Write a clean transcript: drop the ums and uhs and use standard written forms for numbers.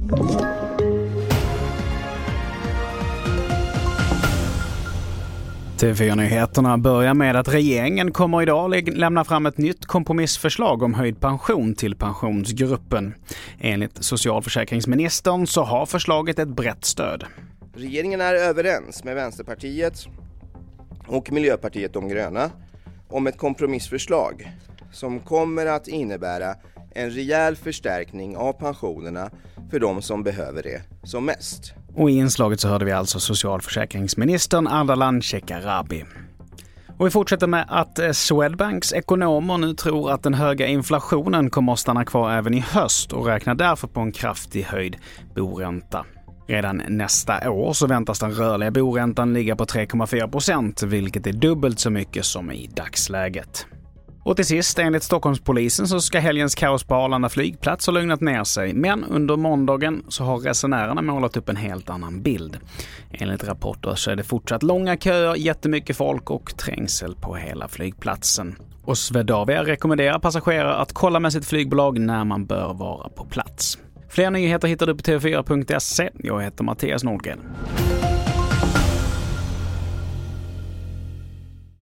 TV4-nyheterna börjar med att regeringen kommer idag lämna fram ett nytt kompromissförslag om höjd pension till pensionsgruppen. Enligt socialförsäkringsministern så har förslaget ett brett stöd. Regeringen är överens med Vänsterpartiet och Miljöpartiet de gröna om ett kompromissförslag som kommer att innebära en rejäl förstärkning av pensionerna för de som behöver det som mest. Och i inslaget så hörde vi alltså socialförsäkringsministern Ardalan Shekarabi. Och vi fortsätter med att Swedbanks ekonomer nu tror att den höga inflationen kommer att stanna kvar även i höst och räknar därför på en kraftig höjd boränta. Redan nästa år så väntas den rörliga boräntan ligga på 3,4%, vilket är dubbelt så mycket som i dagsläget. Och till sist, enligt Stockholmspolisen så ska helgens kaos på Arlanda flygplats ha lugnat ner sig. Men under måndagen så har resenärerna målat upp en helt annan bild. Enligt rapporter så är det fortsatt långa köer, jättemycket folk och trängsel på hela flygplatsen. Och Swedavia rekommenderar passagerare att kolla med sitt flygbolag när man bör vara på plats. Fler nyheter hittar du på tv4.se. Jag heter Mattias Nordgren.